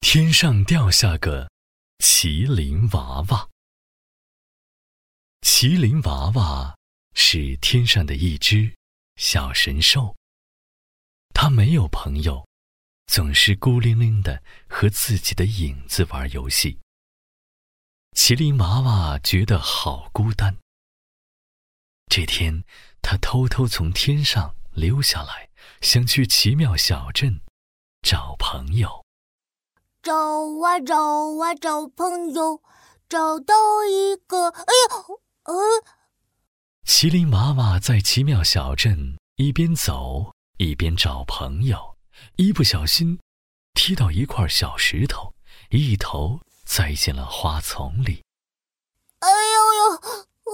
天上掉下个麒麟娃娃。麒麟娃娃是天上的一只小神兽，它没有朋友，总是孤零零地和自己的影子玩游戏。麒麟娃娃觉得好孤单。这天，他偷偷从天上溜下来，想去奇妙小镇找朋友。 找啊找啊找朋友，找到一个，哎呀， 麒麟娃娃在奇妙小镇一边走一边找朋友，一不小心踢到一块小石头，一头栽进了花丛里。 哎呦呦，哎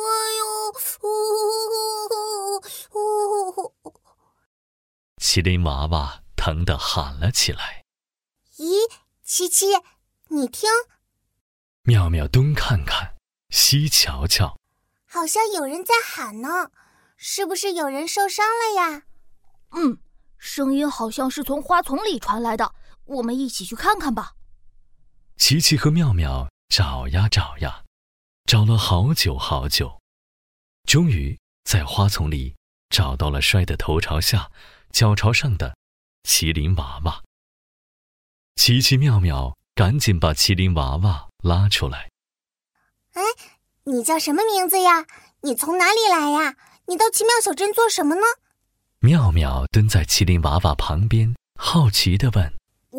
呦， 麒麟娃娃疼得喊了起来。 咦，琪琪，你听， 妙妙东看看，西瞧瞧， 好像有人在喊呢，是不是有人受伤了呀？ 声音好像是从花丛里传来的，我们一起去看看吧。 琪琪和妙妙找呀找呀，找了好久好久，终于在花丛里找到了摔得头朝下、脚朝上的麒麟娃娃。琪琪妙妙赶紧把麒麟娃娃拉出来。 哎，你叫什么名字呀？你从哪里来呀？你到奇妙小镇做什么呢？ 妙妙蹲在麒麟娃娃旁边，好奇地问：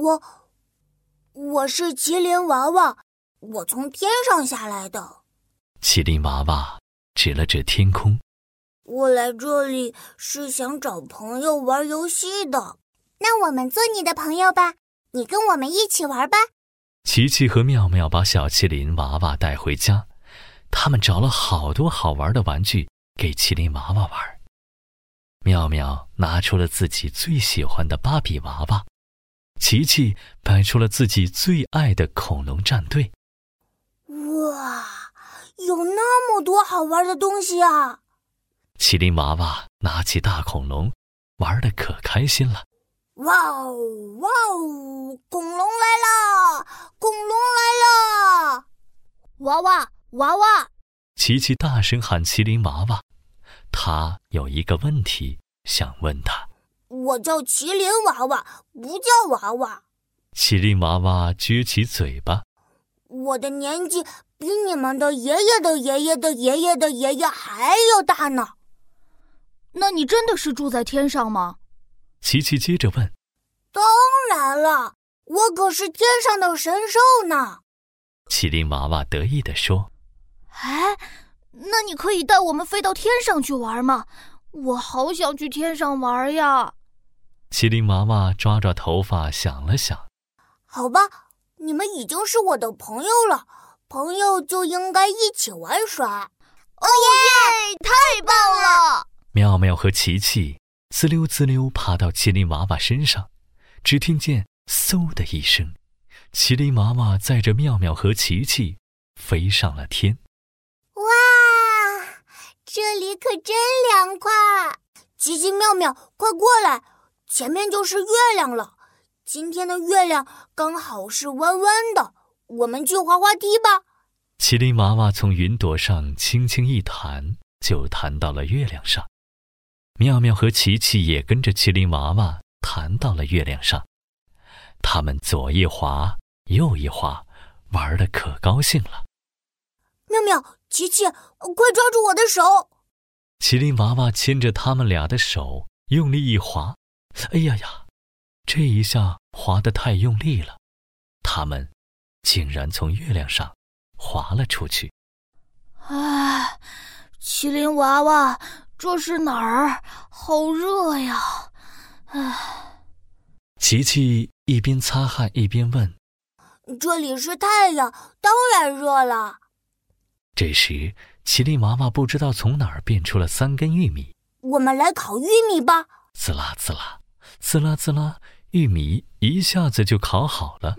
我是麒麟娃娃，我从天上下来的。 麒麟娃娃指了指天空： 我来这里是想找朋友玩游戏的。那我们做你的朋友吧，你跟我们一起玩吧。 琪琪和妙妙把小麒麟娃娃带回家，他们找了好多好玩的玩具给麒麟娃娃玩。妙妙拿出了自己最喜欢的芭比娃娃，琪琪摆出了自己最爱的恐龙战队。 哇，有那么多好玩的东西啊！ 麒麟娃娃拿起大恐龙，玩得可开心了。 哇哦哇哦，恐龙来啦！恐龙来啦！ 娃娃娃娃！ 琪琪大声喊麒麟娃娃，他有一个问题想问他。 我叫麒麟娃娃，不叫娃娃。 麒麟娃娃撅起嘴巴。 我的年纪比你们的爷爷的爷爷的爷爷的爷爷还要大呢。 那你真的是住在天上吗？ 琪琪接着问。 当然了，我可是天上的神兽呢。 麒麟娃娃得意地说。 哎，那你可以带我们飞到天上去玩吗？我好想去天上玩呀。 麒麟娃娃抓抓头发想了想。 好吧，你们已经是我的朋友了，朋友就应该一起玩耍。 哦耶，太棒了！ 妙妙和琪琪滋溜滋溜爬到麒麟娃娃身上，只听见嗖的一声，麒麟娃娃载着妙妙和琪琪飞上了天。 哇，这里可真凉快！琪琪妙妙，快过来，前面就是月亮了。今天的月亮刚好是弯弯的，我们去滑滑梯吧。 麒麟娃娃从云朵上轻轻一弹，就弹到了月亮上。妙妙和琪琪也跟着麒麟娃娃弹到了月亮上，他们左一滑右一滑，玩得可高兴了。 妙妙，琪琪，快抓住我的手！ 麒麟娃娃牵着他们俩的手，用力一滑，哎呀呀，这一下滑得太用力了，他们竟然从月亮上滑了出去。 哎，麒麟娃娃，这是哪儿？好热呀！哎， 琪琪一边擦汗一边问： 这里是太阳，当然热了。 这时，麒麟娃娃不知道从哪儿变出了3根玉米。 我们来烤玉米吧！ 滋啦滋啦，滋啦滋啦，玉米一下子就烤好了。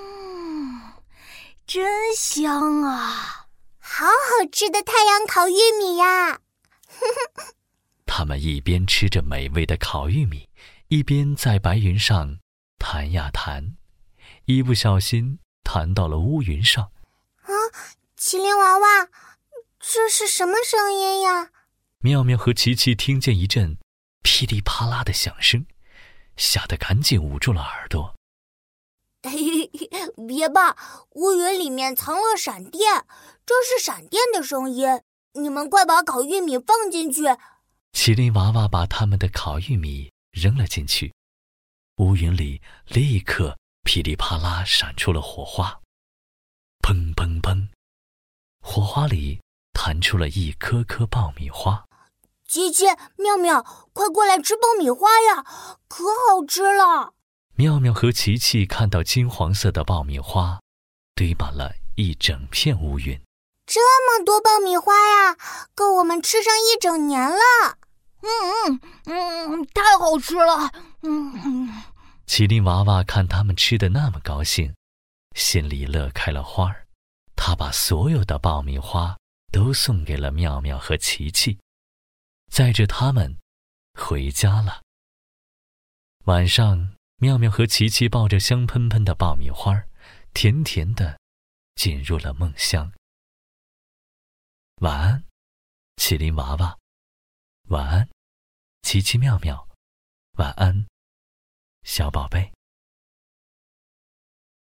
真香啊！ 好好吃的太阳烤玉米呀！ 他们一边吃着美味的烤玉米，一边在白云上弹呀弹， 一不小心弹到了乌云上。 啊，麒麟娃娃，这是什么声音呀？ 妙妙和琪琪听见一阵噼里啪啦的响声，吓得赶紧捂住了耳朵。 别怕，乌云里面藏了闪电，这是闪电的声音。你们快把烤玉米放进去。 麒麟娃娃把他们的烤玉米扔了进去，乌云里立刻噼里啪啦闪出了火花，砰砰砰，火花里弹出了一颗颗爆米花。 琪琪、妙妙，快过来吃爆米花呀，可好吃了！ 妙妙和琪琪看到金黄色的爆米花堆满了一整片乌云。 这么多爆米花呀，够我们吃上一整年了。 太好吃了。 麒麟娃娃看他们吃得那么高兴，心里乐开了花儿。他把所有的爆米花都送给了妙妙和琪琪，载着他们回家了。晚上，妙妙和琪琪抱着香喷喷的爆米花，甜甜地进入了梦乡。晚安，麒麟娃娃。晚安，琪琪妙妙。晚安，小宝贝。